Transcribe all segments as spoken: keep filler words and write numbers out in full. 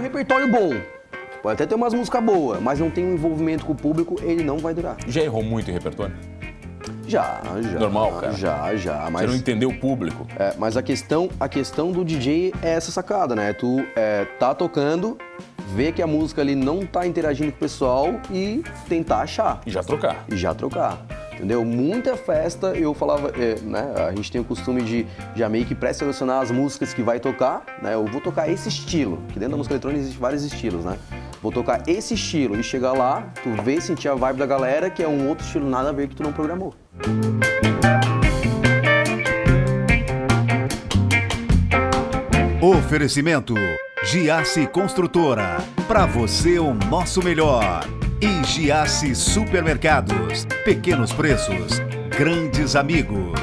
repertório bom. Pode até ter umas músicas boas, mas não tem um envolvimento com o público, ele não vai durar. Já errou muito em repertório? Já, já. Normal, cara? Já, já. Mas, Você não entendeu o público? É, mas a questão, a questão do D J é essa sacada, né? Tu é, tá tocando, vê que a música ali não tá interagindo com o pessoal e tentar achar. E já trocar. E já trocar. Entendeu? Muita festa, eu falava, é, né? A gente tem o costume de já meio que pré-selecionar as músicas que vai tocar, né? Eu vou tocar esse estilo, que dentro da música eletrônica existem vários estilos, né? Vou tocar esse estilo e chegar lá, tu vê, sentir a vibe da galera, que é um outro estilo nada a ver que tu não programou. Oferecimento Giasse Construtora. Para você o nosso melhor. E Giasse Supermercados. Pequenos preços, grandes amigos.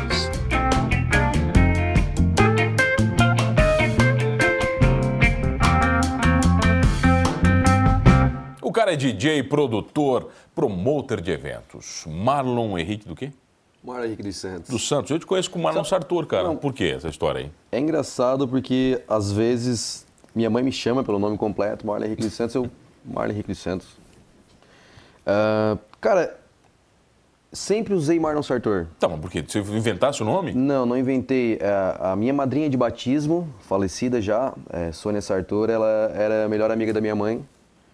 O cara é D J, produtor, promoter de eventos. Marlon Henrique do quê? Marlon Henrique dos Santos. Dos Santos. Eu te conheço como Marlon Sartor, cara. Não. Por que essa história aí? É engraçado porque, às vezes, minha mãe me chama pelo nome completo, Marlon Henrique dos Santos, eu... Marlon Henrique dos Santos. Uh, cara, sempre usei Marlon Sartor. Tá, mas por quê? Você inventasse o nome? Não, não inventei. Uh, a minha madrinha de batismo, falecida já, é, Sônia Sartor, ela era a melhor amiga da minha mãe.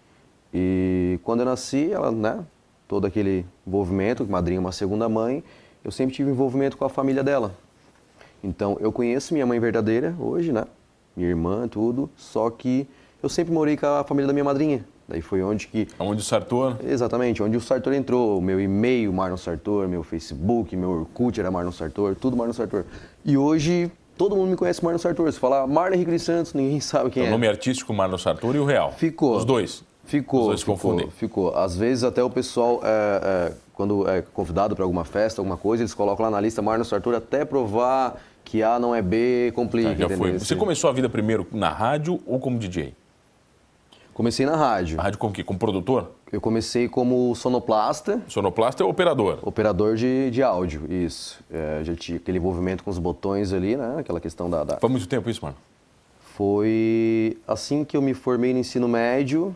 E quando eu nasci, ela, né, todo aquele envolvimento, madrinha é uma segunda mãe, eu sempre tive envolvimento com a família dela. Então, eu conheço minha mãe verdadeira hoje, né, minha irmã, tudo, só que eu sempre morei com a família da minha madrinha. Daí foi onde que... Onde o Sartor? Exatamente, onde o Sartor entrou. O meu e-mail, Marlon Sartor, meu Facebook, meu Orkut era Marlon Sartor, tudo Marlon Sartor. E hoje, todo mundo me conhece Marlon Sartor. Se falar Marlon Henrique dos Santos, ninguém sabe quem o é. O nome artístico Marlon Sartor e o real? Ficou. Os dois? Ficou, Os dois ficou, confundem. ficou. Às vezes até o pessoal, é, é, quando é convidado para alguma festa, alguma coisa, eles colocam lá na lista Marlon Sartor até provar que A não é B, complica. Tá, já foi. Entendeu? Você começou a vida primeiro na rádio ou como D J? Comecei na rádio. Na rádio como quê? Como produtor? Eu comecei como sonoplasta. Sonoplasta é operador? Operador de, de áudio, isso. É, já tinha aquele envolvimento com os botões ali, né? Aquela questão da... da... Foi muito tempo isso, mano? Foi assim que eu me formei no ensino médio,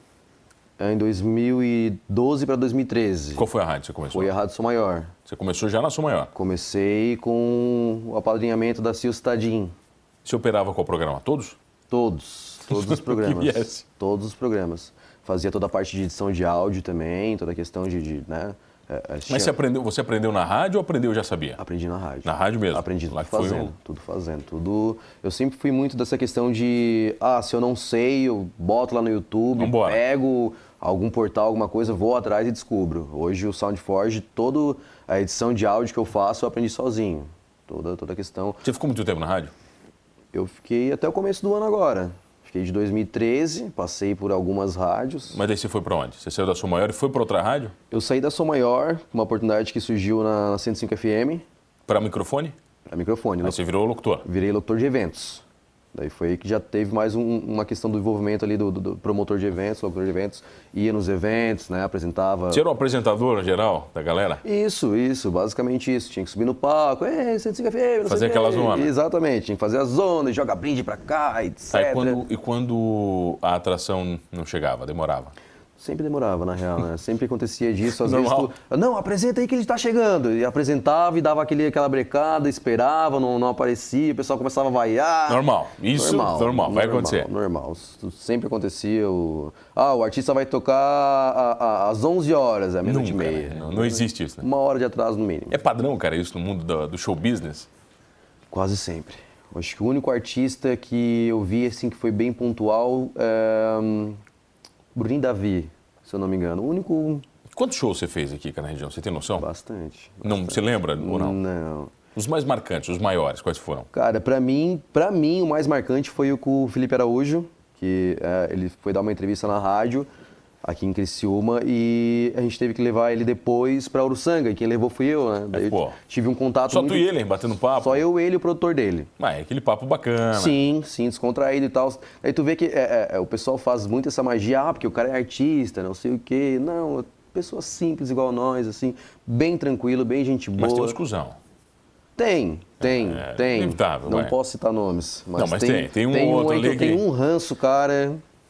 em dois mil e doze para dois mil e treze. Qual foi a rádio que você começou? Foi a Rádio Som Maior. Você começou já na Som Maior? Comecei com o apadrinhamento da Sil Stadin. Você operava qual programa? Todos? Todos, todos os programas. Yes. Todos os programas. Fazia toda a parte de edição de áudio também, toda a questão de... de né, é, Mas você aprendeu, você aprendeu na rádio ou aprendeu já sabia? Aprendi na rádio. Na rádio mesmo? Aprendi tudo Lá que fazendo, foi um... tudo fazendo, tudo... Eu sempre fui muito dessa questão de, ah, se eu não sei, eu boto lá no YouTube, Vambora. pego algum portal, alguma coisa, vou atrás e descubro. Hoje o SoundForge, toda a edição de áudio que eu faço, eu aprendi sozinho. Toda, toda a questão... Você ficou muito tempo na rádio? Eu fiquei até o começo do ano agora. Fiquei de dois mil e treze, passei por algumas rádios. Mas daí você foi pra onde? Você saiu da Som Maior e foi pra outra rádio? Eu saí da Som Maior, uma oportunidade que surgiu na, na cento e cinco F M. Pra microfone? Para microfone. Aí você virou locutor? Virei locutor de eventos. Daí foi aí que já teve mais um, uma questão do envolvimento ali do, do, do promotor de eventos, locutor de eventos. Ia nos eventos, né, apresentava... Você era o apresentador geral da galera? Isso, isso, basicamente isso. Tinha que subir no palco, é, cento e cinco F M, não Fazer sei o quê. aquela zona. Exatamente, tinha que fazer a zona, joga brinde pra cá, etcétera. Aí quando, e quando a atração não chegava, demorava? Sempre demorava, na real, né? Sempre acontecia disso. Às Normal. vezes tu... Não, apresenta aí que ele tá chegando. E apresentava e dava aquele, aquela brecada, esperava, não, não aparecia, o pessoal começava a vaiar. Normal. Isso, normal. normal. Vai normal, acontecer. Normal. Sempre acontecia o... Ah, o artista vai tocar a, a, às onze horas, é meia-noite e Nunca, meia. né? Não, não existe isso, né? Uma hora de atraso no mínimo. É padrão, cara, isso no mundo do, do show business? Quase sempre. Eu acho que o único artista que eu vi, assim, que foi bem pontual é... hum, Bruninho Davi, se eu não me engano. O único... Quantos shows você fez aqui, cara, na região? Você tem noção? Bastante. Não, bastante. você lembra ou não? Não. Os mais marcantes, os maiores, quais foram? Cara, pra mim, pra mim, o mais marcante foi o com o Felipe Araújo, que é, ele foi dar uma entrevista na rádio, aqui em Criciúma, e a gente teve que levar ele depois pra Uruçanga, e quem levou fui eu, né? Daí É, pô. eu tive um contato Só muito... tu e ele, hein, batendo papo? Só eu, ele e o produtor dele. Ah, é aquele papo bacana. Sim, sim, descontraído e tal. Aí tu vê que é, é, o pessoal faz muito essa magia, ah, porque o cara é artista, não sei o quê. Não, pessoa simples igual nós, assim, bem tranquilo, bem gente boa. Mas tem uns cuzão. Tem, tem, É, tem. inevitável, não vai. posso citar nomes. Mas Não, mas tem, tem, tem um tem outro aí que ali eu tenho que- um ranço, cara.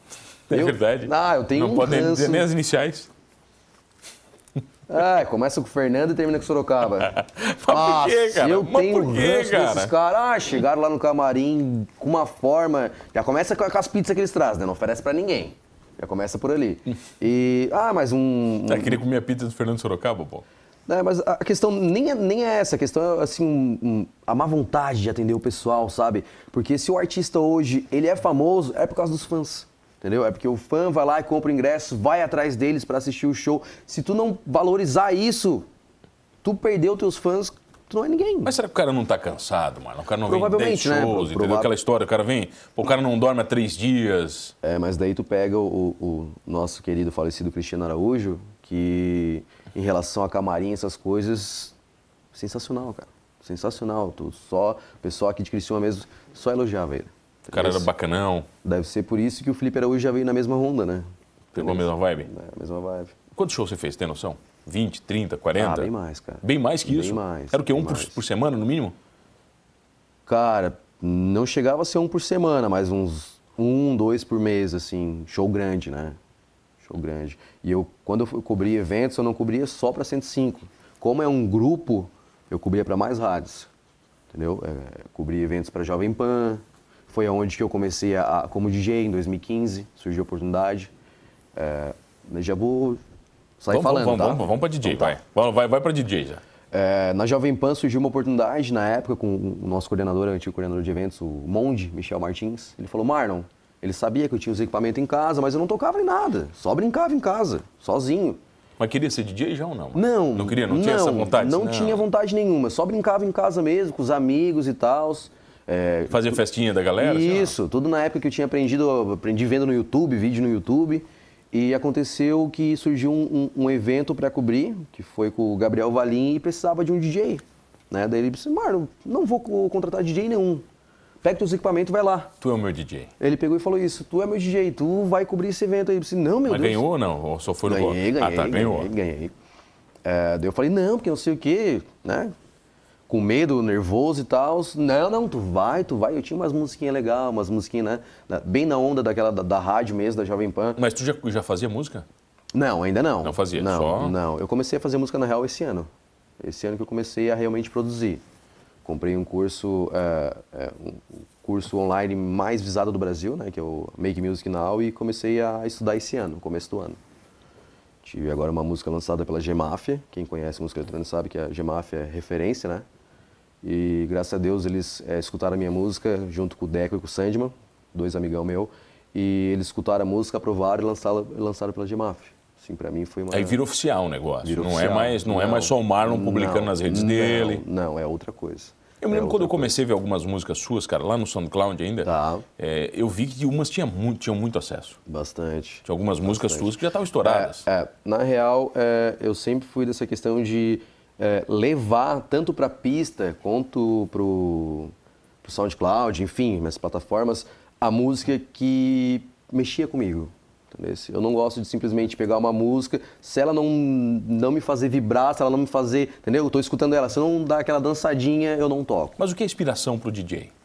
É eu, verdade. Ah, eu tenho Não um pode ranço. dizer nem as iniciais. Ah, começa com o Fernando e termina com Sorocaba. Mas por quê, cara? Eu Mas tenho por quê, ranço cara? desses caras. Ah, chegaram lá no camarim com uma forma... Já começa com as pizzas que eles trazem, né? Não oferece pra ninguém. Já começa por ali. E... Ah, mas um... um... Tá, queria comer a pizza do Fernando Sorocaba, pô? É, mas a questão nem é, nem é essa, a questão é assim, um, um, a má vontade de atender o pessoal, sabe? Porque se o artista hoje, ele é famoso, é por causa dos fãs, entendeu? É porque o fã vai lá e compra o ingresso, vai atrás deles pra assistir o show. Se tu não valorizar isso, tu perdeu teus fãs, tu não é ninguém. Mas será que o cara não tá cansado, mano? O cara não vem dez Provavelmente, né? shows, entendeu? Prova- Aquela história, o cara vem, pô, o cara não dorme há três dias. É, mas daí tu pega o, o nosso querido falecido Cristiano Araújo, que em relação a camarim, essas coisas, sensacional, cara. Sensacional. Tu só, o pessoal aqui de Criciúma mesmo, só elogiava ele. O cara era bacanão, Deve ser por isso que o Felipe Araújo já veio na mesma ronda, né? pegou a mesma vibe. É, a mesma vibe. Quantos shows você fez, tem noção? vinte, trinta, quarenta? Ah, bem mais, cara. Bem mais que Bem isso? mais, Era o quê? bem Um por, mais. por semana, no mínimo? Cara, não chegava a ser um por semana, mas uns um, dois por mês, assim, show grande, né? Show grande. E eu, quando eu fui- cobria eventos, eu não cobria só para cento e cinco. Como é um grupo, eu cobria para mais rádios, entendeu? É, cobria eventos para Jovem Pan, foi aonde que eu comecei a, a- como D J, em dois mil e quinze, surgiu a oportunidade. É, já vou sair Vamos, falando, vamos, tá? vamos, vamos pra D J, Então tá. vai. Vamos, Vai, vai pra D J já. É, na Jovem Pan surgiu uma oportunidade, na época, com o nosso coordenador, o antigo coordenador de eventos, o Monde, Michel Martins. Ele falou, Marlon, ele sabia que eu tinha os equipamentos em casa, mas eu não tocava em nada. Só brincava em casa, sozinho. Mas queria ser D J já ou não? mano? Não. Não queria? Não, tinha essa vontade? Não, tinha vontade nenhuma. Só brincava em casa mesmo, com os amigos e tal. É, Fazer festinha da galera? assim, isso, tudo na época que eu tinha aprendido, eu aprendi vendo no YouTube, vídeo no YouTube. E aconteceu que surgiu um, um, um evento para cobrir, que foi com o Gabriel Valim, e precisava de um D J. Né? Daí ele disse, Marlon, não vou co- contratar D J nenhum. Pega teus equipamentos e vai lá. Tu é o meu D J. Ele pegou e falou isso, tu é meu D J, tu vai cobrir esse evento aí. Eu disse, não, meu Mas Deus. ganhou ou não? Ou só foi no Ganhei, gol? ganhei, Ah, tá, ganhou. ganhei, ganhei. É, daí eu falei, não, porque não sei o quê, né? Com medo, nervoso e tal. Não, não, tu vai, tu vai. Eu tinha umas musiquinhas legais, umas musiquinhas, né? na- Bem na onda daquela da, da rádio mesmo, da Jovem Pan. Mas tu já, já fazia música? Não, ainda não. Não fazia, não, só- Não, eu comecei a fazer música na real esse ano. Esse ano que eu comecei a realmente produzir. Comprei um curso, é, é, um curso online mais visado do Brasil, né? Que é o Make Music Now, e comecei a estudar esse ano, no começo do ano. Tive agora uma música lançada pela G-Mafia. Quem conhece música eletrônica sabe que a G-Mafia é referência, né? E graças a Deus eles é, escutaram a minha música junto com o Deco e com o Sandman, dois amigão meu. E eles escutaram a música, aprovaram e lançaram, lançaram pela G-Mafia. Assim, pra mim foi uma... Aí vira oficial o negócio. Vira não, oficial. É mais, não, é mais só o Marlon publicando não, nas redes não, dele. Não, é outra coisa. Eu me É lembro quando eu outra comecei a ver algumas músicas suas, cara, lá no SoundCloud ainda, Tá. é, eu vi que umas tinham muito, tinham muito acesso. coisa. Bastante. Tinha algumas músicas suas que já estavam estouradas. É, é, na real, é, eu sempre fui dessa questão de é, levar tanto para pista quanto pro, pro SoundCloud, enfim, minhas plataformas, a música que mexia comigo. Entendeu? Eu não gosto de simplesmente pegar uma música, se ela não, não me fazer vibrar, se ela não me fazer, entendeu? Eu tô escutando ela, se eu não dar aquela dançadinha, eu não toco. Mas o que é inspiração pro D J?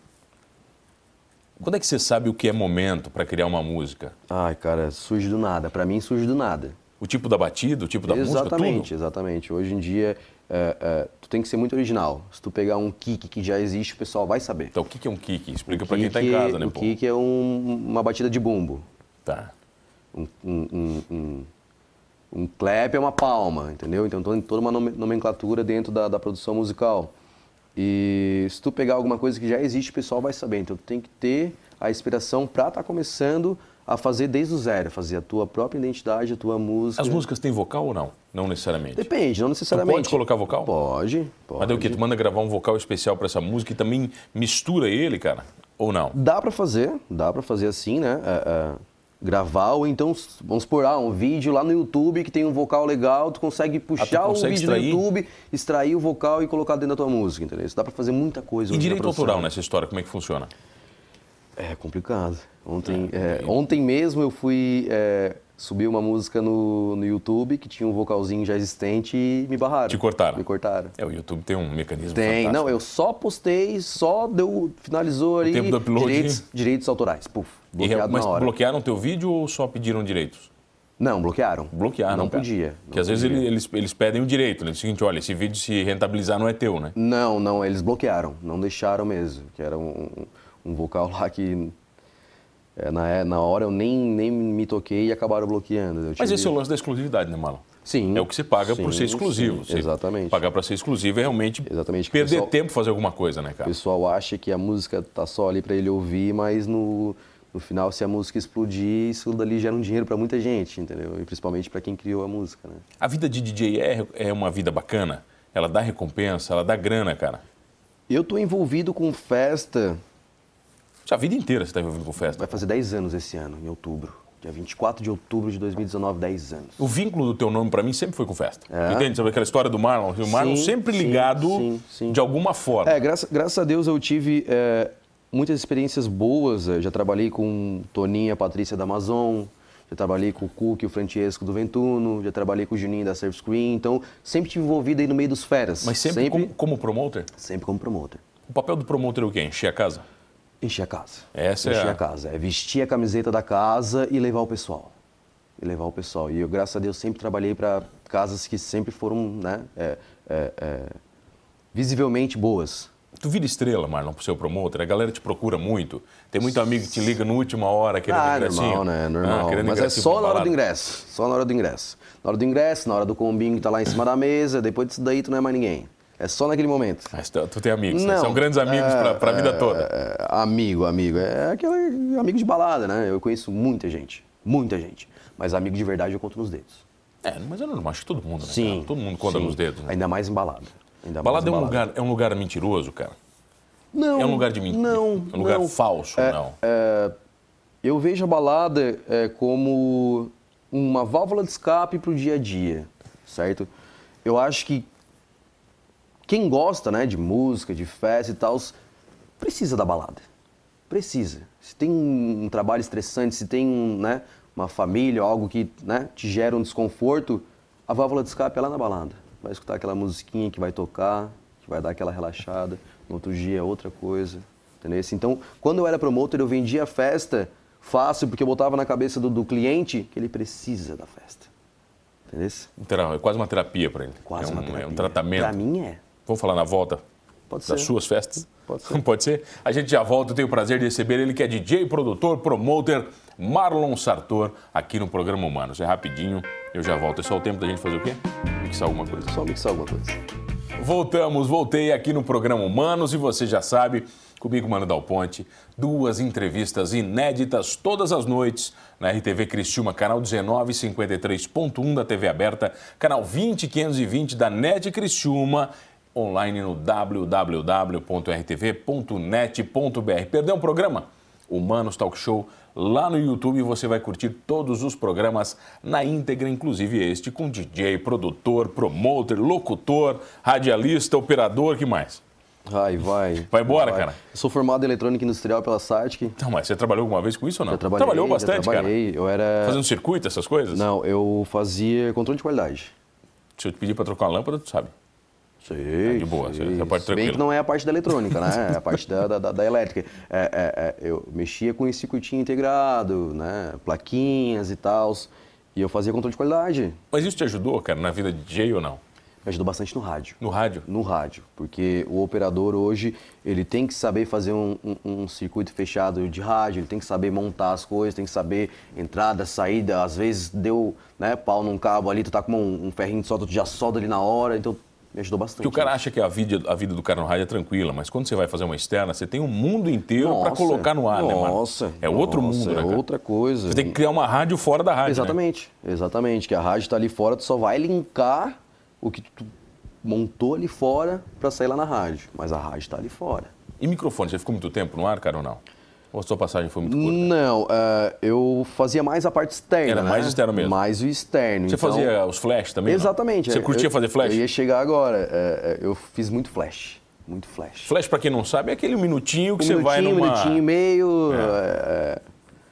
Quando é que você sabe o que é momento para criar uma música? Ai, cara, surge do nada. Pra mim, surge do nada. O tipo da batida, o tipo da música, Exatamente, tudo? exatamente. Hoje em dia, é, é, tu tem que ser muito original. Se tu pegar um kick que já existe, o pessoal vai saber. Então, o que que é um kick? Explica O para quem tá em kick- casa, né, O pô? kick é um- uma batida de bumbo. Tá. Um, um, um, um, um clap é uma palma, entendeu? Então tem toda uma nome- nomenclatura dentro da, da produção musical. E se tu pegar alguma coisa que já existe, o pessoal vai saber. Então tu tem que ter a inspiração para estar começando a fazer desde o zero, fazer a tua própria identidade, a tua música. As músicas têm vocal ou não? Não necessariamente. Depende, não necessariamente. pode colocar vocal? Pode, pode. Mas daí o que? Tu manda gravar um vocal especial para essa música e também mistura ele, cara? Ou não? Dá pra fazer, dá pra fazer assim, né? É, é, gravar, ou então, vamos supor, ah, um vídeo lá no YouTube que tem um vocal legal, tu consegue puxar o consegue vídeo extrair? no YouTube, extrair o vocal e colocar dentro da tua música, entendeu? Isso dá pra fazer muita coisa. E hoje na direito produção. autoral nessa história, como é que funciona? É complicado. Ontem, é, ontem mesmo eu fui é, subi uma música no, no YouTube que tinha um vocalzinho já existente e me barraram. Te cortaram? Me cortaram. É, o YouTube tem um mecanismo Tem, fantástico. não, eu só postei, só deu, finalizou ali, tempo do upload. direitos, direitos autorais, puf, bloqueado E, mas na hora. bloquearam teu vídeo ou só pediram direitos? Não, bloquearam. Bloquearam, Não cara. podia. Porque às vezes ele- eles, eles pedem o direito, né? É o seguinte, olha, esse vídeo se rentabilizar não é teu, né? Não, não, eles bloquearam, não deixaram mesmo, que era um, um vocal lá que é, na, na hora eu nem, nem me toquei e acabaram bloqueando. Eu Mas tive- esse é o lance da exclusividade, né, Marlon? Sim. É o que você paga por sim, ser exclusivo. sim, Você exatamente. Pagar para ser exclusivo é realmente Exatamente. perder Pessoal- tempo fazer alguma coisa, né, O cara? pessoal acha que a música tá só ali para ele ouvir, mas no, no final, se a música explodir, isso dali gera um dinheiro para muita gente, entendeu? E principalmente para quem criou a música, né? A vida de D J é, é uma vida bacana? Ela dá recompensa, ela dá grana, cara. Eu tô envolvido com festa, A vida inteira você está envolvido com festa. vai fazer dez anos esse ano, em outubro. Dia vinte e quatro de outubro de dois mil e dezenove, dez anos. O vínculo do teu nome para mim sempre foi com festa. É. Entende? Sabe aquela história do Marlon? O Marlon Sim, sempre sim, ligado sim, sim. de alguma forma. É, graças, graças a Deus eu tive é, muitas experiências boas. Eu já trabalhei com Toninho e a Patrícia da Amazon, já trabalhei com o Cook e o Francesco do Ventuno, já trabalhei com o Juninho da Surf Screen. Então, sempre estive envolvido aí no meio dos feras. Mas sempre, sempre, Como, como promoter? sempre como promoter. O papel do promoter é o quê? Encher a casa? Encher a casa. Essa é Encher a- a casa. É vestir a camiseta da casa e levar o pessoal. E levar o pessoal. E eu, graças a Deus, sempre trabalhei para casas que sempre foram, né, é, é, é, visivelmente boas. Tu vira estrela, Marlon, pro seu promoter? A galera te procura muito? Tem muito amigo que te liga na última hora querendo Ah, ingressinho? normal, né? Normal. Ah, querendo Mas é ingressinho só pra na hora balada. do ingresso. Só na hora do ingresso. Na hora do ingresso, na hora do combinho que tá lá em cima da mesa, depois disso daí tu não é mais ninguém. É só naquele momento. Mas tu, tu tem amigos, né? Não, São grandes amigos é, pra, pra vida é, toda. é, amigo, amigo. É aquele amigo de balada, né? Eu conheço muita gente. Muita gente. Mas amigo de verdade eu conto nos dedos. É, mas é normal, acho que todo mundo, né? Sim. cara? Todo mundo conta sim. nos dedos, né? Ainda mais em balada. Ainda Balada é mais um, em balada. lugar, é um lugar mentiroso, cara? Não. É um lugar de mentira? Não. É um lugar não. falso, É, não? é, eu vejo a balada é, como uma válvula de escape para o dia a dia, certo? Eu acho que quem gosta, né, de música, de festa e tal, precisa da balada. Precisa. Se tem um, um trabalho estressante, se tem um, né, uma família, algo que, né, te gera um desconforto, a válvula de escape é lá na balada. Vai escutar aquela musiquinha que vai tocar, que vai dar aquela relaxada. No outro dia é outra coisa, entendeu? Então, quando eu era promotor, eu vendia a festa fácil, porque eu botava na cabeça do, do cliente que ele precisa da festa. Entendeu? Então, é quase uma terapia pra ele. Quase é um, uma terapia. É um tratamento. Pra mim é. Vamos falar na volta Pode das ser. suas festas? Pode ser. Pode ser? A gente já volta. Eu tenho o prazer de receber ele, que é D J, produtor, promoter, Marlon Sartor, aqui no programa Humanos. É rapidinho, eu já volto. É só o tempo da gente fazer o quê? Mixar alguma coisa. Só mixar alguma coisa. Voltamos, voltei aqui no programa Humanos e você já sabe, comigo, Mano Dal Ponte, duas entrevistas inéditas todas as noites na R T V Criciúma, canal dezenove cinquenta e três ponto um da T V aberta, canal vinte quinhentos e vinte da N E T Criciúma, online no w w w ponto r t v ponto net ponto b r. Perdeu um programa? Humanos Talk Show lá no YouTube, você vai curtir todos os programas na íntegra, inclusive este com D J, produtor, promoter, locutor, radialista, operador, que mais? Vai, vai. Vai embora, cara. Eu sou formado em eletrônica industrial pela Satic. Não, mas você trabalhou alguma vez com isso ou não? Já trabalhei, Trabalhou bastante, já trabalhei. cara. Eu era... Fazendo circuito, essas coisas? Não, eu fazia controle de qualidade. Se eu te pedir para trocar uma lâmpada, tu sabe. Sei, de boa, sei. você pode Se bem tranquilo. que não é a parte da eletrônica, né? É a parte da, da, da elétrica. É, é, é, eu mexia com esse circuitinho integrado, né? Plaquinhas e tal. E eu fazia controle de qualidade. Mas isso te ajudou, cara, na vida de D J ou não? Me ajudou bastante no rádio. No rádio? No rádio, porque o operador hoje, ele tem que saber fazer um, um, um circuito fechado de rádio, ele tem que saber montar as coisas, tem que saber entrada, saída, às vezes deu, né, pau num cabo ali, tu tá com um, um ferrinho de solda, tu já solda ali na hora, então me ajudou bastante. Porque o cara acha que a vida, a vida do cara no rádio é tranquila, mas quando você vai fazer uma externa, você tem um mundo inteiro para Nossa, colocar no ar, né, mano? Nossa, É outro nossa, mundo, né, é cara? outra coisa. Você tem que criar uma rádio fora da rádio, Exatamente, exatamente, que a rádio tá ali fora, tu só vai linkar o que tu montou ali fora para sair lá na rádio, mas a rádio tá ali fora. né? E microfone, você ficou muito tempo no ar, cara, ou não? Ou a sua passagem foi muito curta? Não, eh, eu fazia mais a parte externa, Era né? mais externo mesmo? Mais o externo. Você então... fazia os flash também? não? Exatamente. Você é, curtia eu, fazer flash? Eu ia chegar agora. é, é, eu fiz muito flash. Muito flash. Flash, pra quem não sabe, é aquele minutinho que um você minutinho, vai numa... minutinho e meio. É. É,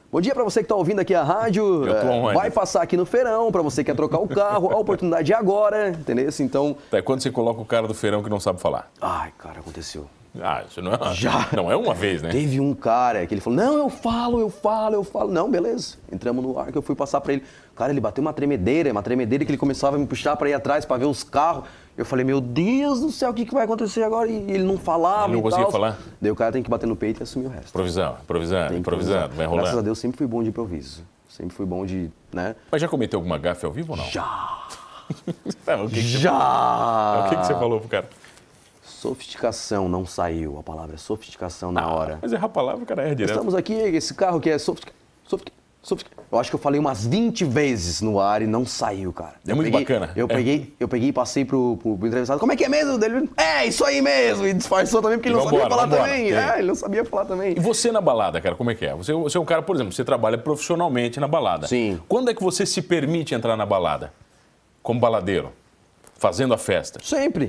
Bom dia para você que está ouvindo aqui a rádio. Eu tô é, vai passar aqui no feirão para você que quer trocar o carro. A oportunidade é agora, entendeu? Então... Tá, e quando você coloca o cara do feirão que não sabe falar? Ai, cara, aconteceu. Ah, isso não é, Já. Não é uma vez, né? Teve um cara que ele falou, não, eu falo, eu falo, eu falo. Não, beleza. Entramos no ar que eu fui passar para ele. Cara, ele bateu uma tremedeira, uma tremedeira que ele começava a me puxar para ir atrás, para ver os carros. Eu falei, meu Deus do céu, o que, que vai acontecer agora? E ele não falava Ele não e conseguia tal. falar? Daí o cara tem que bater no peito e assumir o resto. Improvisando, improvisando, Tem que improvisando, improvisar. vai rolando. Graças a Deus, sempre fui bom de improviso. Sempre fui bom de, né? Mas já cometeu alguma gafe ao vivo ou não? Já! Tá, o que que você- Já! O que, que você falou pro cara? Sofisticação não saiu, a palavra é sofisticação na hora. Mas errar a palavra, o cara é direto. Estamos aqui, esse carro que é sofisticado, sofisticado, sofisticado. Eu acho que eu falei umas vinte vezes no ar e não saiu, cara. É Eu muito peguei- bacana. Eu É. peguei, eu peguei e passei pro, pro, pro entrevistado. Como é que é mesmo? Dele, é, isso aí mesmo. E disfarçou também, porque ele E não vambora, sabia falar vambora. também. E aí? É, ele não sabia falar também. E você na balada, cara, como é que é? Você, você é um cara, por exemplo, você trabalha profissionalmente na balada. Sim. Quando é que você se permite entrar na balada? Como baladeiro? Fazendo a festa? Sempre.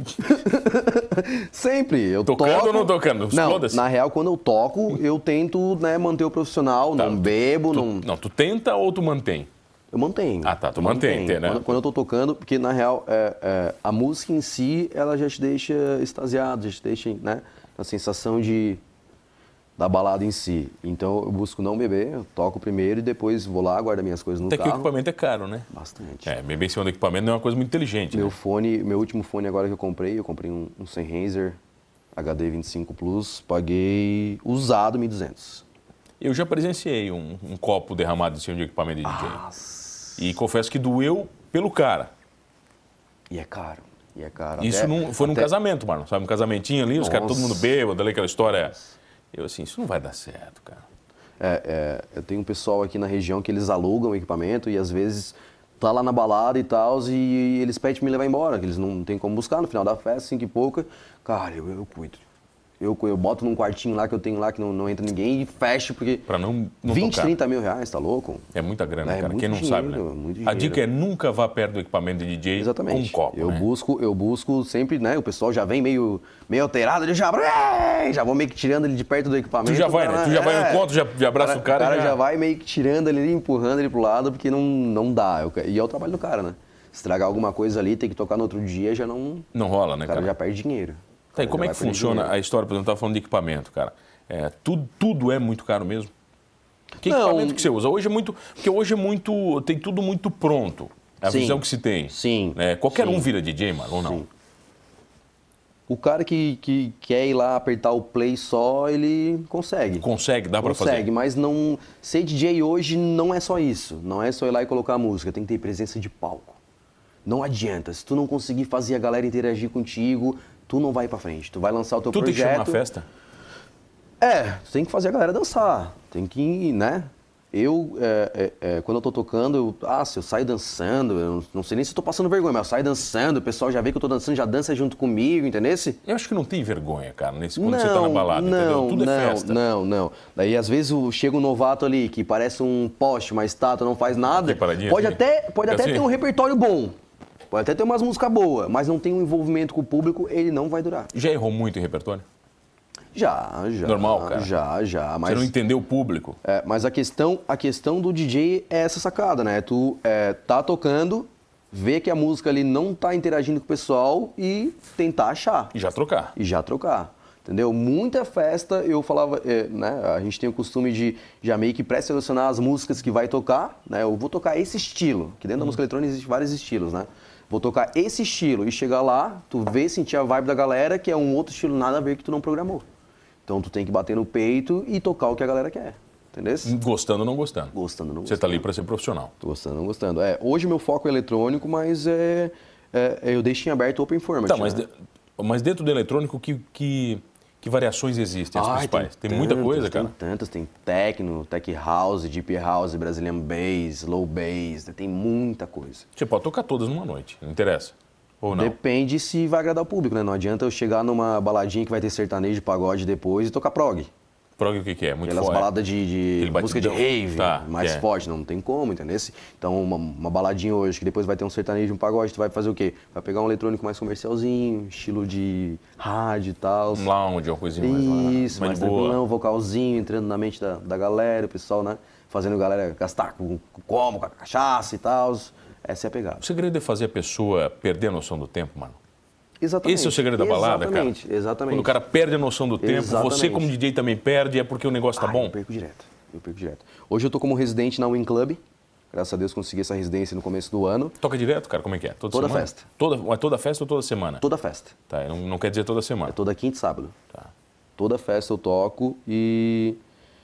Sempre. Eu Tocando toco... ou não tocando? Não, Foda-se. na real, quando eu toco, eu tento, né, manter o profissional, Tá, não tu- bebo, tu- não... Não, tu tenta ou tu mantém? Eu mantenho. Ah, tá, tu Eu mantém, mantenho. né? Quando, quando eu tô tocando, porque na real, é, é, a música em si, ela já te deixa extasiado, já te deixa, né, a sensação de... da balada em si. Então eu busco não beber, eu toco primeiro e depois vou lá, guardo minhas coisas no Até que o carro. equipamento é caro, né? Bastante. É, bem em cima do equipamento não é uma coisa muito inteligente, Meu né? fone, meu último fone agora que eu comprei, eu comprei um, um Sennheiser H D vinte e cinco Plus, paguei usado mil e duzentos. Eu já presenciei um, um copo derramado em cima de equipamento de D J. Nossa. E confesso que doeu pelo cara. E é caro, e é caro. Isso Até- num, foi num até- casamento, mano. Sabe, um casamentinho ali, os caras todo Nossa. mundo bêbado, ali aquela história. Eu assim, isso não vai dar certo, cara. É, é, eu tenho um pessoal aqui na região que eles alugam o equipamento e às vezes tá lá na balada e tal, e eles pedem pra me levar embora, que eles não tem como buscar no final da festa, cinco e pouca. Cara, eu, eu cuido. Eu, eu boto num quartinho lá que eu tenho lá que não, não entra ninguém e fecho, porque Pra não, não vinte, tocar. trinta mil reais, tá louco? É muita grana, É cara. muito Quem não dinheiro, sabe, né? é muito A dinheiro. dica é nunca vá perto do equipamento de D J Exatamente. com um copo, eu né? busco, eu busco sempre, né? O pessoal já vem meio, meio alterado, ele já, "Ei!" já vou meio que tirando ele de perto do equipamento. Tu já vai, né? Tu já vai no encontro, já, já abraça o cara, O cara e já vai meio que tirando ele, empurrando ele pro lado, porque não, não dá. Eu- e é o trabalho do cara, né? Estragar alguma coisa ali, tem que tocar no outro dia, já não. Não rola, né, O cara cara? já perde dinheiro. O Tá, e cara como já é que vai perder funciona dinheiro. a história? Por exemplo, eu estava falando de equipamento, cara. É, tudo, tudo é muito caro mesmo? Que Não. equipamento que você usa? Hoje é muito... Porque hoje é muito... Tem tudo muito pronto. É a Sim. visão que se tem. Sim. É, qualquer Sim. um vira D J, mano, ou não? Sim. O cara que, que quer ir lá apertar o play só, ele consegue. Consegue, dá pra Consegue, fazer. mas não. Ser D J hoje não é só isso. Não é só ir lá e colocar a música, tem que ter presença de palco. Não adianta. Se tu não conseguir fazer a galera interagir contigo, tu não vai pra frente. Tu vai lançar o teu Tu tem que projeto. chamar a festa? É, tu tem que fazer a galera dançar. Tem que, né? Eu, é, é, é, quando eu tô tocando, eu, ah, se eu saio dançando, eu não, não sei nem se eu tô passando vergonha, mas eu saio dançando, o pessoal já vê que eu tô dançando, já dança junto comigo, entendeu? Eu acho que não tem vergonha, cara, nesse, quando você tá na balada, não, entendeu? Tudo não, é festa. Não, não. Daí, às vezes, o- chega um novato ali que parece um poste, uma estátua, não faz nada. Aqui, paradinha, Pode assim. até, pode até Assim. ter um repertório bom. Pode até ter umas músicas boas, mas não tem um envolvimento com o público, ele não vai durar. Já errou muito em repertório? Já, já. Normal, cara. Já, já. Mas, Você não entendeu o público? é, mas a questão, a questão do D J é essa sacada, né? Tu é, tá tocando, vê que a música ali não tá interagindo com o pessoal e tentar achar. E já trocar. E já trocar. Entendeu? Muita festa, eu falava, é, né? A gente tem o costume de já meio que pré-selecionar as músicas que vai tocar, né? Eu vou tocar esse estilo, que dentro da música eletrônica existe vários estilos, né? Vou tocar esse estilo e chegar lá, tu vê, sentir a vibe da galera, que é um outro estilo nada a ver que tu não programou. Então tu tem que bater no peito e tocar o que a galera quer. Entendeu? Gostando ou não gostando. Gostando ou não Você gostando. tá ali pra ser profissional. Tô gostando ou não gostando. É, hoje meu foco é eletrônico, mas é, é, eu deixo em aberto o Open Format. Tá, mas, né? de- mas dentro do eletrônico, que, que, que variações existem as Ai, principais? Tem, muita tantas, coisa, cara. Tem tantas, tem techno, tech house, deep house, Brazilian bass, low bass, tem muita coisa. Você pode tocar todas numa noite, não interessa. Ou não? Depende se vai agradar o público, né? Não adianta eu chegar numa baladinha que vai ter sertanejo, pagode depois e tocar prog. Prog o que, que é? Muito Aquelas forte. baladas de, de música de rave, tá, mais é. forte, não, não tem como, entendeu? Então, uma, uma baladinha hoje, que depois vai ter um sertanejo, um pagode, tu vai fazer o quê? Vai pegar um eletrônico mais comercialzinho, estilo de rádio e tal. Um lounge, uma coisinha mais... Isso, mais, mais tranquilão, vocalzinho, entrando na mente da, da galera, o pessoal, né? Fazendo a galera gastar com, com como, com a cachaça e tal. Essa é a pegada. O segredo é fazer a pessoa perder a noção do tempo, mano. Exatamente. Esse é o segredo da balada, exatamente, cara? Exatamente, Quando o cara perde a noção do tempo, exatamente. Você como D J também perde, é porque o negócio tá ah, bom? Eu perco direto, eu perco direto. Hoje eu tô como residente na Win Club. Graças a Deus consegui essa residência no começo do ano. Toca direto, cara? Como é que é? Toda, toda semana? festa. Toda, é toda festa ou toda semana? Toda festa. Tá, não, não quer dizer toda semana. É toda quinta e sábado. Tá. Toda festa eu toco e...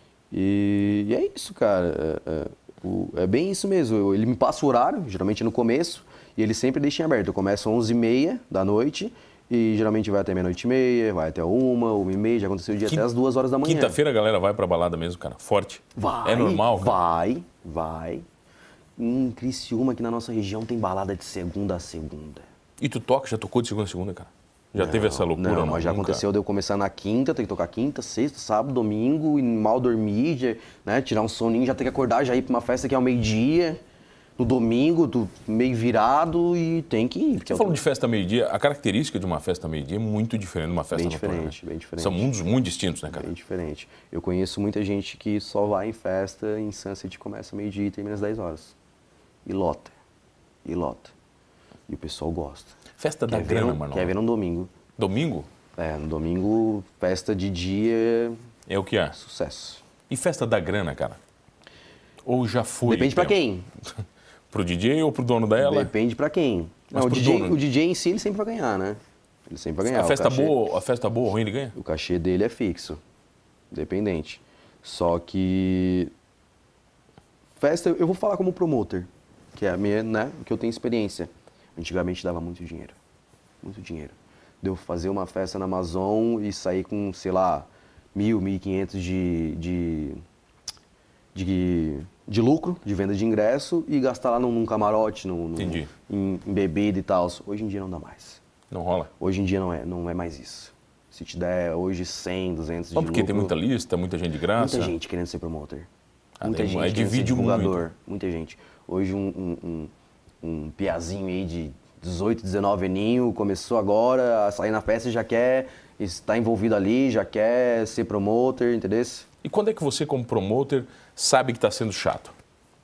E, e é isso, cara. É, é, o, é bem isso mesmo. Eu, ele me passa o horário, geralmente no começo, e ele sempre deixa em aberto. Eu começo às onze e meia da noite e geralmente vai até meia-noite e meia, vai até uma, uma e meia, já aconteceu o dia Quinta, até as duas horas da manhã. Quinta-feira a galera vai pra balada mesmo, cara? Forte? Vai. É normal, cara? Vai, vai. Em Criciúma, aqui na nossa região, tem balada de segunda a segunda. E tu toca, já tocou de segunda a segunda, cara? Já não, teve essa loucura? Não, não mas já nunca? aconteceu de eu começar na quinta, ter que tocar quinta, sexta, sábado, domingo, e mal dormir, já, né, tirar um soninho, já ter que acordar, já ir pra uma festa que é ao meio-dia, no domingo, do meio virado, e tem que ir. Você falou de festa meio-dia, a característica de uma festa meio-dia é muito diferente de uma festa bem noturna, diferente, né? bem diferente. São mundos muito distintos, né, cara? Bem diferente. Eu conheço muita gente que só vai em festa em Sunset, começa meio-dia e termina às dez horas. E lota. E lota. E o pessoal gosta. Festa da quer grana, um, mano. Quer ver num domingo. Domingo? É, no domingo, festa de dia... É o que é? Sucesso. E festa da grana, cara? Ou já foi? Depende pra quem. Pro D J ou pro dono dela? Depende pra quem. Mas Não, o, pro D J, dono? o D J em si, ele sempre vai ganhar, né? Ele sempre vai ganhar. A festa, o cachê, boa, a festa boa, ruim, ele ganha? O cachê dele é fixo. Independente. Só que... Festa, eu vou falar como promoter. Que é a minha, né? Que eu tenho experiência. Antigamente dava muito dinheiro. Muito dinheiro. Deu fazer uma festa na Amazon e sair com, sei lá, mil, mil e quinhentos de, de, de, de lucro, de venda de ingresso e gastar lá num, num camarote, num, num, Entendi. Em, em bebida e tal. Hoje em dia não dá mais. Não rola? Hoje em dia não é, não é mais isso. Se te der hoje cem, duzentos Só de porque lucro, tem muita lista, muita gente de graça? muita gente querendo ser promoter. Ah, muita daí gente aí querendo ser divide muito. divulgador. Muita gente. Hoje um, um, um, um piazinho aí de dezoito, dezenove aninho, começou agora a sair na festa e já quer estar envolvido ali, já quer ser promoter, entendeu? E quando é que você, como promoter, sabe que está sendo chato?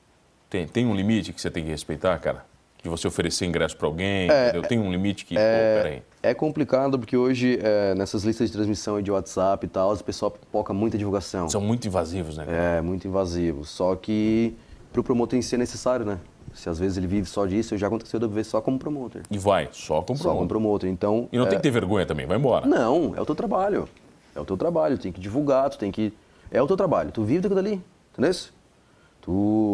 Tem, tem um limite que você tem que respeitar, cara? De você oferecer ingresso para alguém, É, entendeu? Tem um limite que, é, pô, peraí. É complicado porque hoje, é, nessas listas de transmissão de WhatsApp e tal, o pessoal pipoca muita divulgação. São muito invasivos, né, cara? É, muito invasivo. Só que pro promotor em si é necessário, né? Se às vezes ele vive só disso, já aconteceu de eu viver só como promoter. E vai, só com Só como promoter. promoter, então... E não é... tem que ter vergonha também, vai embora. Não, é o teu trabalho. É o teu trabalho, tu tem que divulgar, tu tem que... É o teu trabalho, tu vive daquilo dali, entendeu? Tu,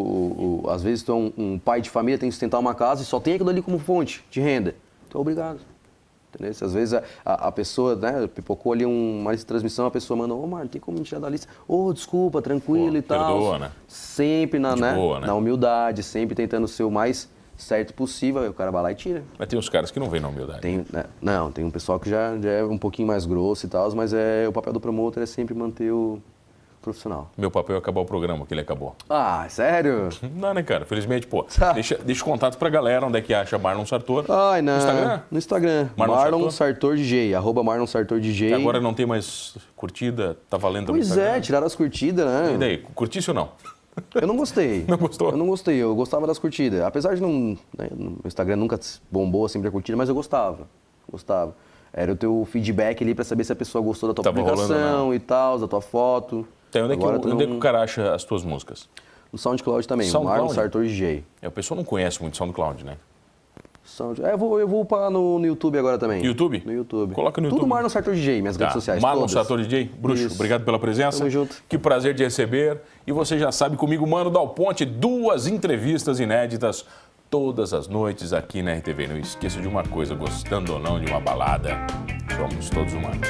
o, o, às vezes tu é um, um pai de família, tem que sustentar uma casa e só tem aquilo ali como fonte de renda. Tu é obrigado. Entendeu? Às vezes a, a, a pessoa, né, pipocou ali um, uma lista de transmissão, a pessoa manda, ô, oh, Marlon, tem como me tirar da lista? Ô, oh, desculpa, tranquilo Pô, e tal. perdoa, né? Sempre na, De né, boa, né? na humildade, sempre tentando ser o mais certo possível, aí o cara vai lá e tira. Mas tem uns caras que não vêm na humildade. Tem, né, não, tem um pessoal que já, já é um pouquinho mais grosso e tal, mas é, o papel do promotor é sempre manter o profissional. Meu papel é acabar o programa, que ele acabou. Ah, sério? Não, né, cara? Felizmente, pô. Tá. Deixa, deixa o contato pra galera, onde é que acha Marlon Sartor. Ai, não. No Instagram? No Instagram. Marlon Marlon, Sartor? Sartor D J, arroba Marlon Sartor D J. Que agora não tem mais curtida, tá valendo no Pois Instagram. é, tiraram as curtidas, né? E daí, curtisse ou não? Eu não gostei. Não gostou? Eu não gostei, eu gostava das curtidas. Apesar de não... Né, no Instagram nunca bombou sempre a curtida, mas eu gostava. Gostava. Era o teu feedback ali pra saber se a pessoa gostou da tua Tava rolando, publicação e tal, da tua foto. Então, onde é, que, Agora o- tu onde é que não- o cara acha as tuas músicas? No SoundCloud também, SoundCloud? Marlon Sartor D J. É, o pessoal não conhece muito SoundCloud, né? Sound... É, eu vou, eu vou upar no, no YouTube agora também. YouTube? No YouTube. Coloca no Tudo YouTube. Marlon Sartor D J, minhas Tá. redes sociais. Marlon todas. Sartor D J, bruxo, Isso. obrigado pela presença. Tamo junto. Que prazer de receber. E você já sabe, comigo, Mano Dal Ponte, duas entrevistas inéditas todas as noites aqui na R T V. Não esqueça de uma coisa, gostando ou não de uma balada, somos todos humanos.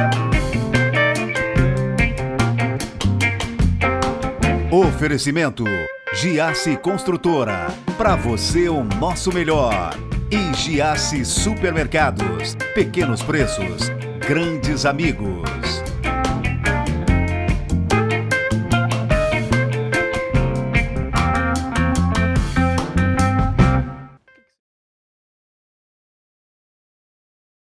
Oferecimento Giasse Construtora. Para você o nosso melhor. E Giasse Supermercados. Pequenos preços, grandes amigos.